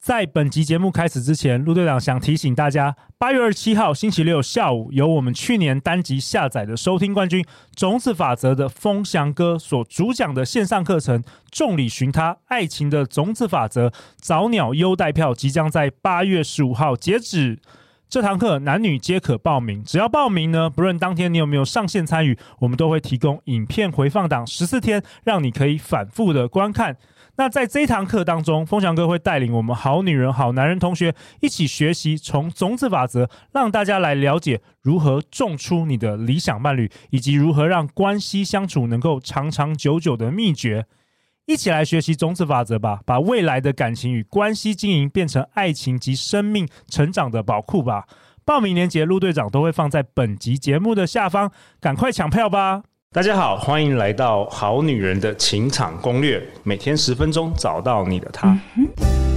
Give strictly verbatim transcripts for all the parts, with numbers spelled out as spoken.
在本集节目开始之前，陆队长想提醒大家，八月二十七号星期六下午，由我们去年单集下载的收听冠军种子法则的风翔哥所主讲的线上课程《众里寻他：爱情的种子法则》早鸟优待票即将在八月十五号截止。这堂课男女皆可报名，只要报名呢，不论当天你有没有上线参与，我们都会提供影片回放档十四天，让你可以反复的观看。那在这一堂课当中，风翔哥会带领我们好女人好男人同学一起学习从种子法则，让大家来了解如何种出你的理想伴侣，以及如何让关系相处能够长长久久的秘诀。一起来学习种子法则吧，把未来的感情与关系经营变成爱情及生命成长的宝库吧。报名链接陆队长都会放在本集节目的下方，赶快抢票吧。大家好，欢迎来到好女人的情场攻略，每天十分钟，找到你的他。嗯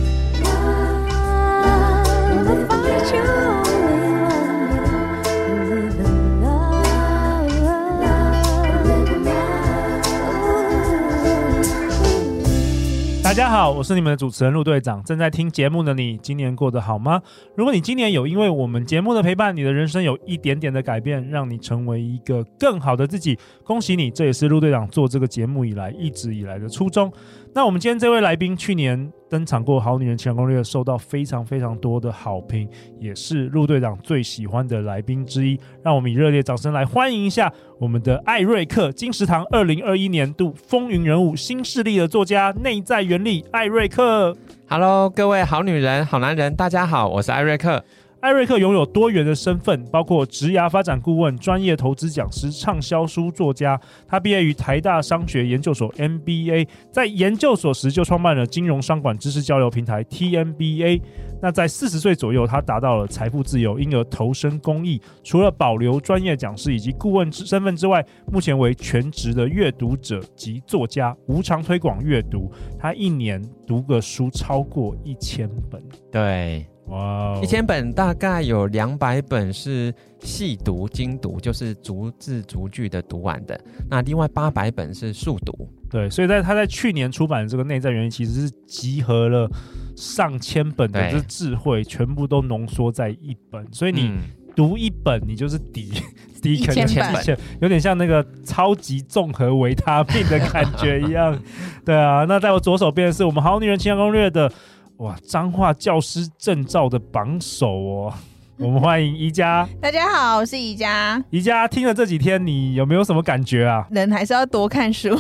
大家好，我是你们的主持人陆队长。正在听节目的你，今年过得好吗？如果你今年有因为我们节目的陪伴，你的人生有一点点的改变，让你成为一个更好的自己，恭喜你！这也是陆队长做这个节目以来一直以来的初衷。那我们今天这位来宾去年登场过《好女人情场攻略》，受到非常非常多的好评，也是陆队长最喜欢的来宾之一。让我们以热烈掌声来欢迎一下我们的艾瑞克，金石堂二零二一年度风云人物新势力的作家，内在原力艾瑞克。 Hello， 各位好女人好男人，大家好，我是艾瑞克。 艾瑞克拥有多元的身份，包括职涯发展顾问、专业投资讲师、畅销书作家。他毕业于台大商学研究所 M B A， 在研究所时就创办了金融商管知识交流平台 T M B A。那在四十岁左右，他达到了财富自由，因而投身公益。除了保留专业讲师以及顾问身份之外，目前为全职的阅读者及作家，无偿推广阅读。他一年读个书超过一千本。 对。 哇、wow ， 一千本大概有两百本是细读精读，就是逐字逐句的读完的。那另外八百本是速读。 对，所以在他在去年出版的这个内在原理，其实是集合了上千本的这智慧，全部都浓缩在一本。所以你读一本，你就是抵抵一千本， 有点像那个超级综合维他命的感觉一样。对啊，那在我左手边的是我们好女人情场攻略的。哇，彰化教师证照的榜首哦！我们欢迎宜家。 大家好，我是宜家。 宜家听了这几天，你有没有什么感觉啊？ 人还是要多看书。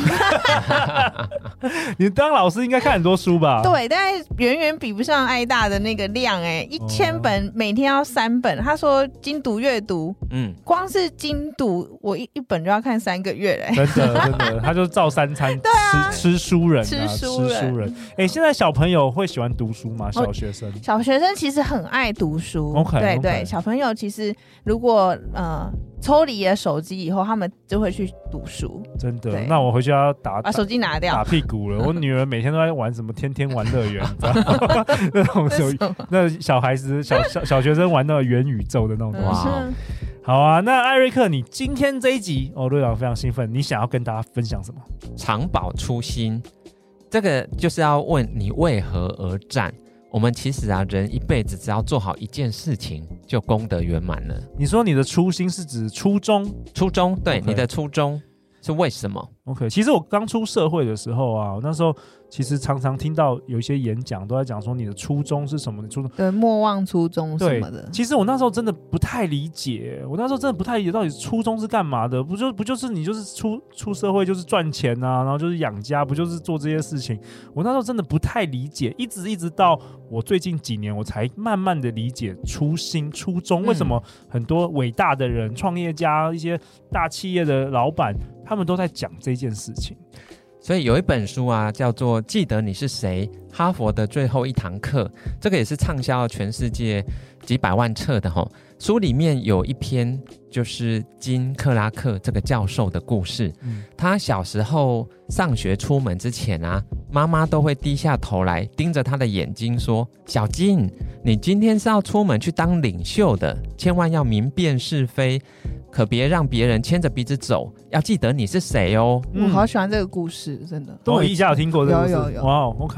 你当老师应该看很多书吧？ 对，但是远远比不上爱大的那个量哎、欸，一千本、哦、每天要三本。他说精读阅读，嗯，光是精读我 一, 一本就要看三个月嘞、 欸。真的真的，他就是照三餐对啊， 吃吃书人、啊， 吃书人。 吃书人。哎、欸，现在小朋友会喜欢读书吗？小学生？ 小学生其实很爱读书。 OK， 对 okay 对，小朋友其实如果呃抽离了手机以后，他们就会去读书。 真的，那我回去要打把手机拿掉， 打屁股了。我女儿每天都在玩什么天天玩乐园，你知道吗？那种手那小孩子小小小学生玩那个元宇宙的那种东西。哇，好啊，那艾瑞克，你今天这一集，哦，队长非常兴奋，你想要跟大家分享什么？ 常保初心，这个就是要问你为何而战。我们其实啊，人一辈子只要做好一件事情，就功德圆满了。 你说你的初心是指初衷？ 初衷，对， okay 你的初衷是为什么 ？OK， 其实我刚出社会的时候啊，我那时候其实常常听到有一些演讲都在讲说你的初衷是什么？你初衷对，莫忘初衷什么的。 其实我那时候真的不太理解，我那时候真的不太理解到底初衷是干嘛的？不就不就是你就是出出社会就是赚钱啊，然后就是养家，不就是做这些事情？我那时候真的不太理解，一直一直到我最近几年，我才慢慢的理解初心初衷。为什么很多伟大的人、创业家、一些大企业的老板，他们都在讲这件事情？ 所以有一本书啊，叫做《记得你是谁：哈佛的最后一堂课》，这个也是畅销全世界几百万册的齁。书里面有一篇就是金克拉克这个教授的故事。嗯、他小时候上学出门之前啊，妈妈都会低下头来盯着他的眼睛说：“小金，你今天是要出门去当领袖的，千万要明辨是非。”可别让别人牵着鼻子走，要记得你是谁哦。 我好喜欢这个故事，真的。 我一下有听过这个故事， 有有有。 哇、wow, ，OK。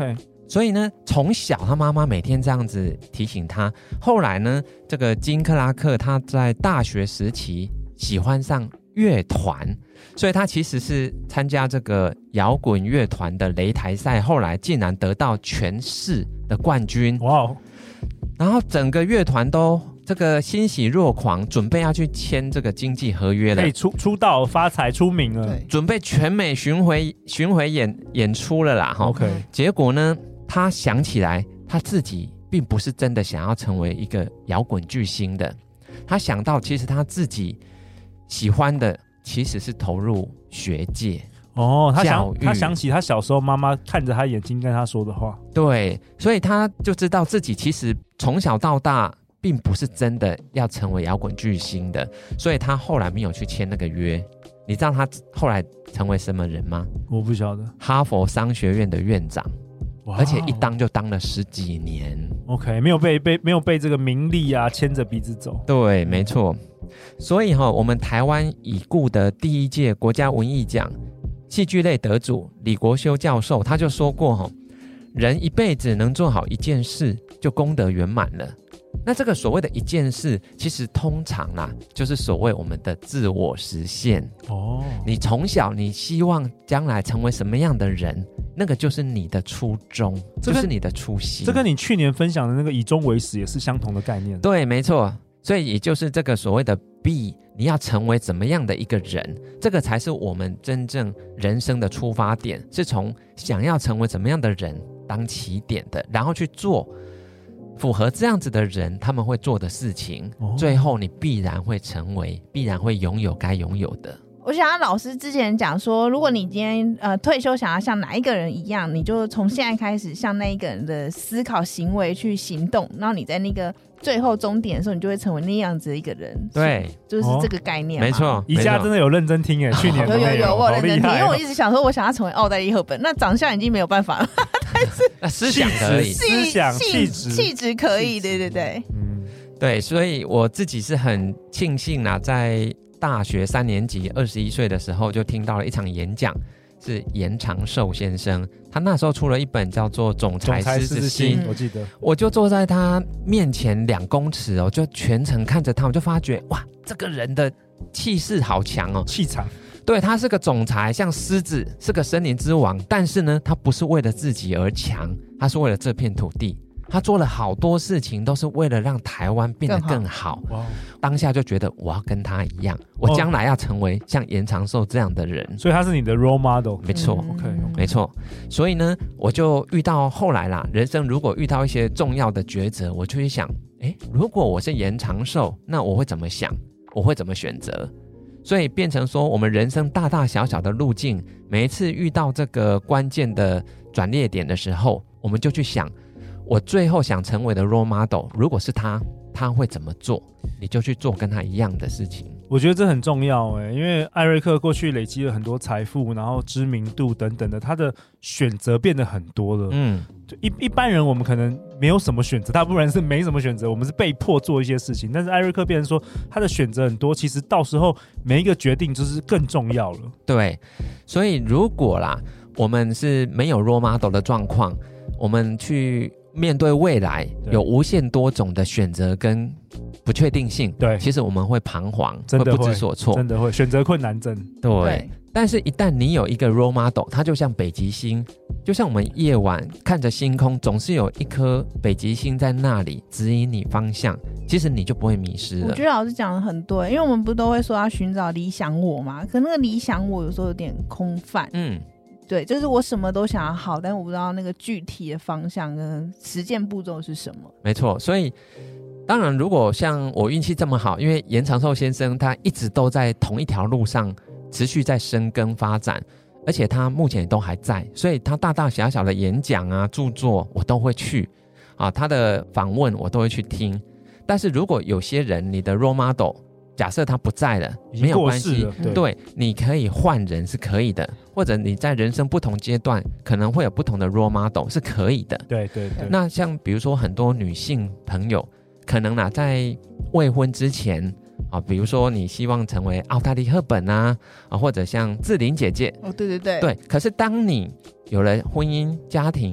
所以呢，从小他妈妈每天这样子提醒他。后来呢，这个金克拉克他在大学时期喜欢上乐团，所以他其实是参加这个摇滚乐团的擂台赛，后来竟然得到全市的冠军。哇！然后整个乐团都这个欣喜若狂，准备要去签这个经纪合约了， 可以出出道发财出名了， 准备全美巡回巡回演演出了啦。 OK， 结果呢，他想起来他自己并不是真的想要成为一个摇滚巨星的，他想到其实他自己喜欢的其实是投入学界。 哦，他想他想起他小时候妈妈看着他眼睛跟他说的话， 对，所以他就知道自己其实从小到大并不是真的要成为摇滚巨星的，所以他后来没有去签那个约。你知道他后来成为什么人吗？ 我不晓得。 哈佛商学院的院长，而且一当就当了十几年。 OK， 没有被被没有被这个名利啊牵着鼻子走。 对，没错。所以哈、哦，我们台湾已故的第一届国家文艺奖戏剧类得主李国修教授，他就说过哈、哦，人一辈子能做好一件事，就功德圆满了。那这个所谓的一件事，其实通常啦，就是所谓我们的自我实现。哦，你从小你希望将来成为什么样的人，那个就是你的初衷，就是你的初心。 这跟你去年分享的那个以终为始也是相同的概念。 对，没错。所以也就是这个所谓的 be， 你要成为怎么样的一个人，这个才是我们真正人生的出发点，是从想要成为怎么样的人当起点的，然后去做符合这样子的人他们会做的事情、哦、最后你必然会成为，必然会拥有该拥有的。 我想要老师之前讲说，如果你今天呃退休想要像哪一个人一样，你就从现在开始向那一个人的思考行为去行动，然后你在那个最后终点的时候，你就会成为那样子的一个人。 对， 就是这个概念、 哦、没错。 宜家真的有认真听耶，去年有有有我有认真听、 哦、 因为我一直想说我想要成为奥黛丽·赫本，那长相已经没有办法了，但是思想可以， 思想气质气质可以，对对对， 嗯，对，所以我自己是很庆幸啊，在大学三年级二十一岁的时候就听到了一场演讲，是严长寿先生，他那时候出了一本叫做《总裁狮子心》， 我记得， 我就坐在他面前两公尺哦，就全程看着他，我就发觉哇，这个人的气势好强哦， 气场。 对，他是个总裁，像狮子，是个森林之王，但是呢，他不是为了自己而强，他是为了这片土地。他做了好多事情都是为了让台湾变得更好，更好。当下就觉得我要跟他一样，我将来要成为像严长寿这样的人， 所以他是你的 role model。 没错、 嗯、okay, OK， 没错。所以呢，我就遇到后来啦，人生如果遇到一些重要的抉择，我就会想，诶，如果我是严长寿，那我会怎么想，我会怎么选择。所以变成说，我们人生大大小小的路径，每一次遇到这个关键的转捩点的时候，我们就去想，我最后想成为的 role model， 如果是他，他会怎么做？你就去做跟他一样的事情。 我觉得这很重要哎，因为艾瑞克过去累积了很多财富，然后知名度等等的，他的选择变得很多了。嗯，就一一般人我们可能没有什么选择，大部分人是没什么选择，我们是被迫做一些事情。但是艾瑞克变成说，他的选择很多，其实到时候每一个决定就是更重要了。 对，所以如果啦，我们是没有 role model 的状况，我们去面对未来有无限多种的选择跟不确定性，对，其实我们会彷徨， 真的会不知所措， 真的会选择困难症。 对, 对，但是一旦你有一个 role model， 它就像北极星，就像我们夜晚看着星空，总是有一颗北极星在那里指引你方向，其实你就不会迷失了。 我觉得老师讲的很对，因为我们不都会说要寻找理想我嘛，可那个理想我有时候有点空泛。嗯，对，就是我什么都想要好，但我不知道那个具体的方向跟实践步骤是什么。 没错，所以当然如果像我运气这么好，因为严长寿先生他一直都在同一条路上持续在深耕发展，而且他目前都还在，所以他大大小小的演讲啊著作我都会去啊，他的访问我都会去听。但是如果有些人你的 role model 假设他不在了，没有关系，对，对，你可以换人是可以的，或者你在人生不同阶段可能会有不同的 role model 是可以的。 对对对。 那像比如说很多女性朋友可能啦在未婚之前啊，比如说你希望成为奥黛丽·赫本啊，啊或者像志玲姐姐， 哦对对对， 对。可是当你有了婚姻家庭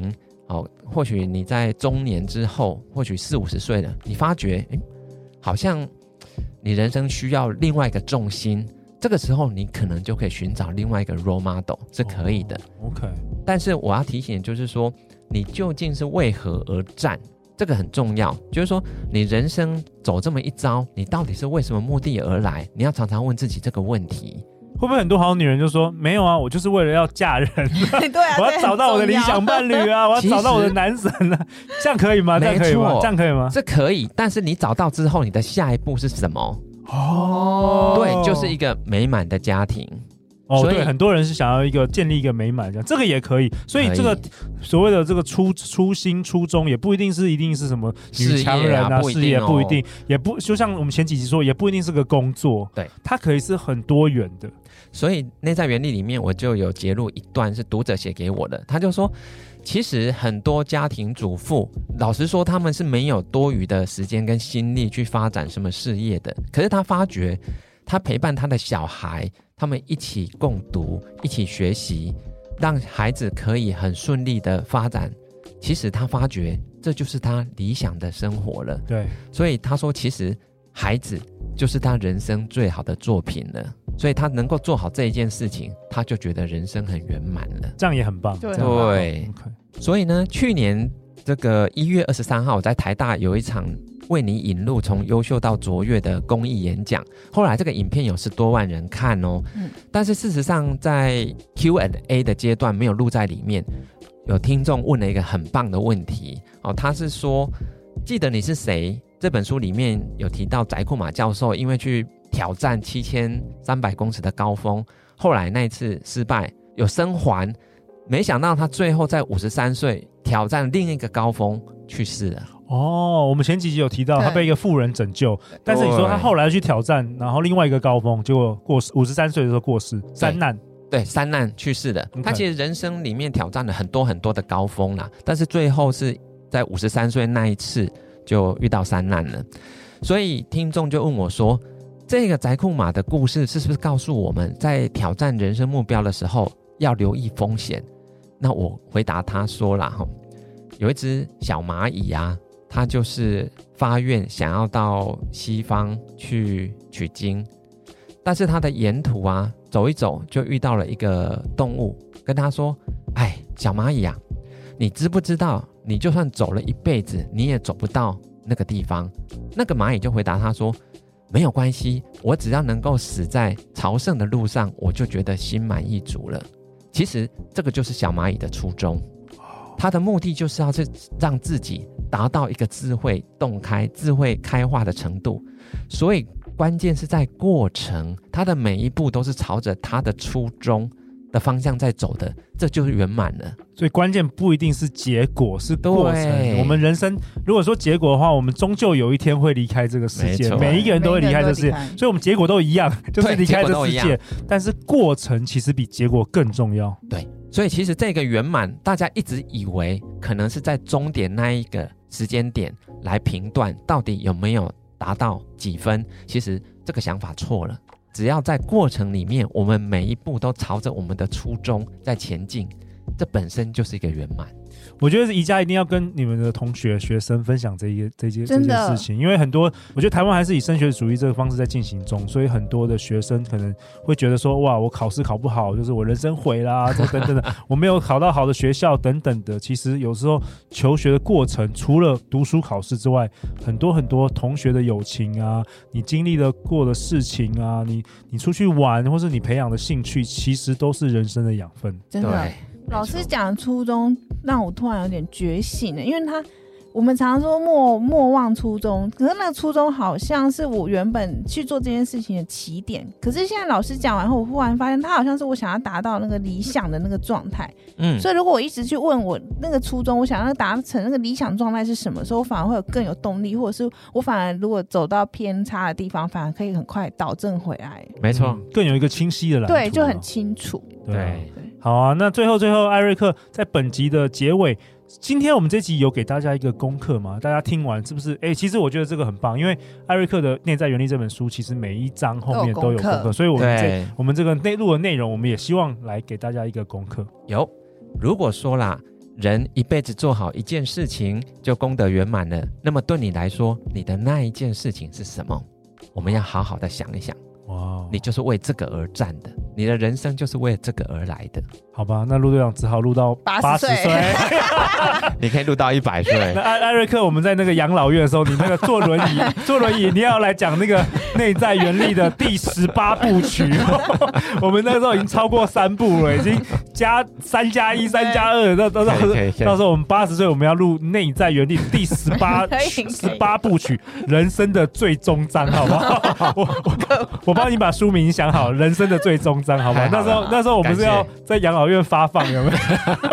哦，或许你在中年之后，或许四五十岁了，你发觉，哎，好像你人生需要另外一个重心，这个时候你可能就可以寻找另外一个 role model， 是可以的。 哦、OK， 但是我要提醒，就是说，你究竟是为何而战？这个很重要，就是说，你人生走这么一遭，你到底是为什么目的而来？你要常常问自己这个问题。 会不会很多好女人就说没有啊，我就是为了要嫁人、啊， 对啊， 我要找到我的理想伴侣啊，我要找到我的男神啊，这样可以吗？这样可以吗？这样可以吗？ 这可以，但是你找到之后，你的下一步是什么？ 哦， 对，就是一个美满的家庭。 哦，对，很多人是想要一个建立一个美满这样，这个也可以。所以这个所谓的这个初初心初衷，也不一定是一定是什么女强人啊，事业不一定，也不就像我们前几集说，也不一定是个工作， 对， 它可以是很多元的。 所以内在原理里面，我就有截录一段是读者写给我的，他就说，其实很多家庭主妇，老实说，他们是没有多余的时间跟心力去发展什么事业的。可是他发觉，他陪伴他的小孩，他们一起共读，一起学习，让孩子可以很顺利的发展。其实他发觉，这就是他理想的生活了。 对， 所以他说，其实孩子就是他人生最好的作品了。所以他能够做好这一件事情，他就觉得人生很圆满了， 这样也很棒。 对， 对 okay. 所以呢，去年这个一月二十三号，我在台大有一场为你引路从优秀到卓越的公益演讲，后来这个影片有十多万人看哦。嗯，但是事实上在 Q and A 的阶段没有录在里面，有听众问了一个很棒的问题哦，他是说，记得你是谁？这本书里面有提到宅库马教授，因为去挑战七千三百公尺的高峰，后来那一次失败，有生还，没想到他最后在五十三岁挑战另一个高峰去世了。 哦，我们前几集有提到他被一个富人拯救，但是你说他后来去挑战，然后另外一个高峰，结果过世，五十三岁的时候过世，三难。 对，三难去世的。 Okay. 他其实人生里面挑战了很多很多的高峰啦，但是最后是在五十三岁那一次就遇到三难了。所以听众就问我说，这个宅库马的故事是不是告诉我们在挑战人生目标的时候要留意风险？那我回答他说啦，有一只小蚂蚁啊，它就是发愿想要到西方去取经，但是它的沿途啊走一走就遇到了一个动物，跟他说，哎，小蚂蚁啊，你知不知道你就算走了一辈子你也走不到那个地方？那个蚂蚁就回答他说，没有关系，我只要能够死在朝圣的路上，我就觉得心满意足了。其实这个就是小蚂蚁的初衷，他的目的就是要让自己达到一个智慧洞开、智慧开化的程度，所以关键是在过程，他的每一步都是朝着他的初衷的方向在走的，这就是圆满了。 所以关键不一定是结果，是过程。我们人生如果说结果的话，我们终究有一天会离开这个世界，每一个人都会离开这个世界，所以我们结果都一样，就是离开这个世界。但是过程其实比结果更重要。 对，所以其实这个圆满，大家一直以为可能是在终点那一个时间点来评断到底有没有达到几分，其实这个想法错了。只要在过程里面，我们每一步都朝着我们的初衷在前进，这本身就是一个圆满。 我觉得宜家一定要跟你们的同学学生分享这一这件这件事情，因为很多我觉得台湾还是以升学主义这个方式在进行中，所以很多的学生可能会觉得说，哇，我考试考不好，就是我人生毁啦，等等的，我没有考到好的学校等等的。其实有时候求学的过程，除了读书考试之外，很多很多同学的友情啊，你经历了过的事情啊，你你出去玩，或是你培养的兴趣，其实都是人生的养分。 真的。老师讲初衷让我突然有点觉醒了，因为他我们常说莫莫忘初衷，可是那个初衷好像是我原本去做这件事情的起点，可是现在老师讲完后，我忽然发现他好像是我想要达到那个理想的那个状态。嗯，所以如果我一直去问我那个初衷，我想要达成那个理想状态是什么时候，我反而会有更有动力，或者是我反而如果走到偏差的地方，反而可以很快导正回来。 没错、 嗯，更有一个清晰的蓝图， 对，就很清楚。 对，对，好啊。那最后最后，艾瑞克在本集的结尾，今天我们这集有给大家一个功课吗？大家听完是不是？哎，其实我觉得这个很棒，因为艾瑞克的《内在原力》这本书，其实每一章后面都有功课，所以我们这我们这个内录的内容，我们也希望来给大家一个功课。 有，如果说啦， 人一辈子做好一件事情就功德圆满了，那么对你来说，你的那一件事情是什么？我们要好好的想一想。哇，你就是为这个而战的，你的人生就是为这个而来的。 好吧，那陆队长只好录到八十岁， 你可以录到一百岁。 那艾艾瑞克，我们在那个养老院的时候，你那个坐轮椅，坐轮椅，你要来讲那个内在原力的第十八部曲。我们那时候已经超过三部了，已经加三加一、三加二，到到到到时候我们八十岁，我们要录内在原力第十八十八部曲，人生的最终章，好不好？我我我帮你把书名想好，人生的最终章，好不好？那时候那时候我们是要在养老院发放，有没有？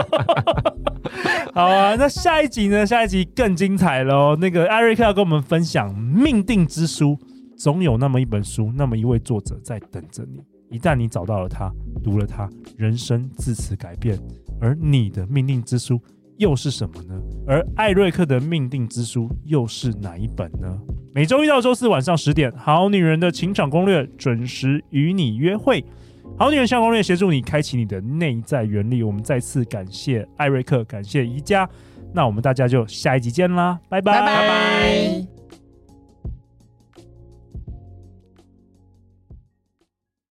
好啊，那下一集呢？下一集更精彩喽！那个艾瑞克要跟我们分享命定之书，总有那么一本书，那么一位作者在等着你。一旦你找到了它，读了它，人生自此改变。而你的命定之书又是什么呢？而艾瑞克的命定之书又是哪一本呢？每周一到周四晚上十点，《好女人的情场攻略》准时与你约会。好女人情场攻略协助你开启你的内在原力。我们再次感谢艾瑞克，感谢宜家。那我们大家就下一集见啦，拜拜拜拜。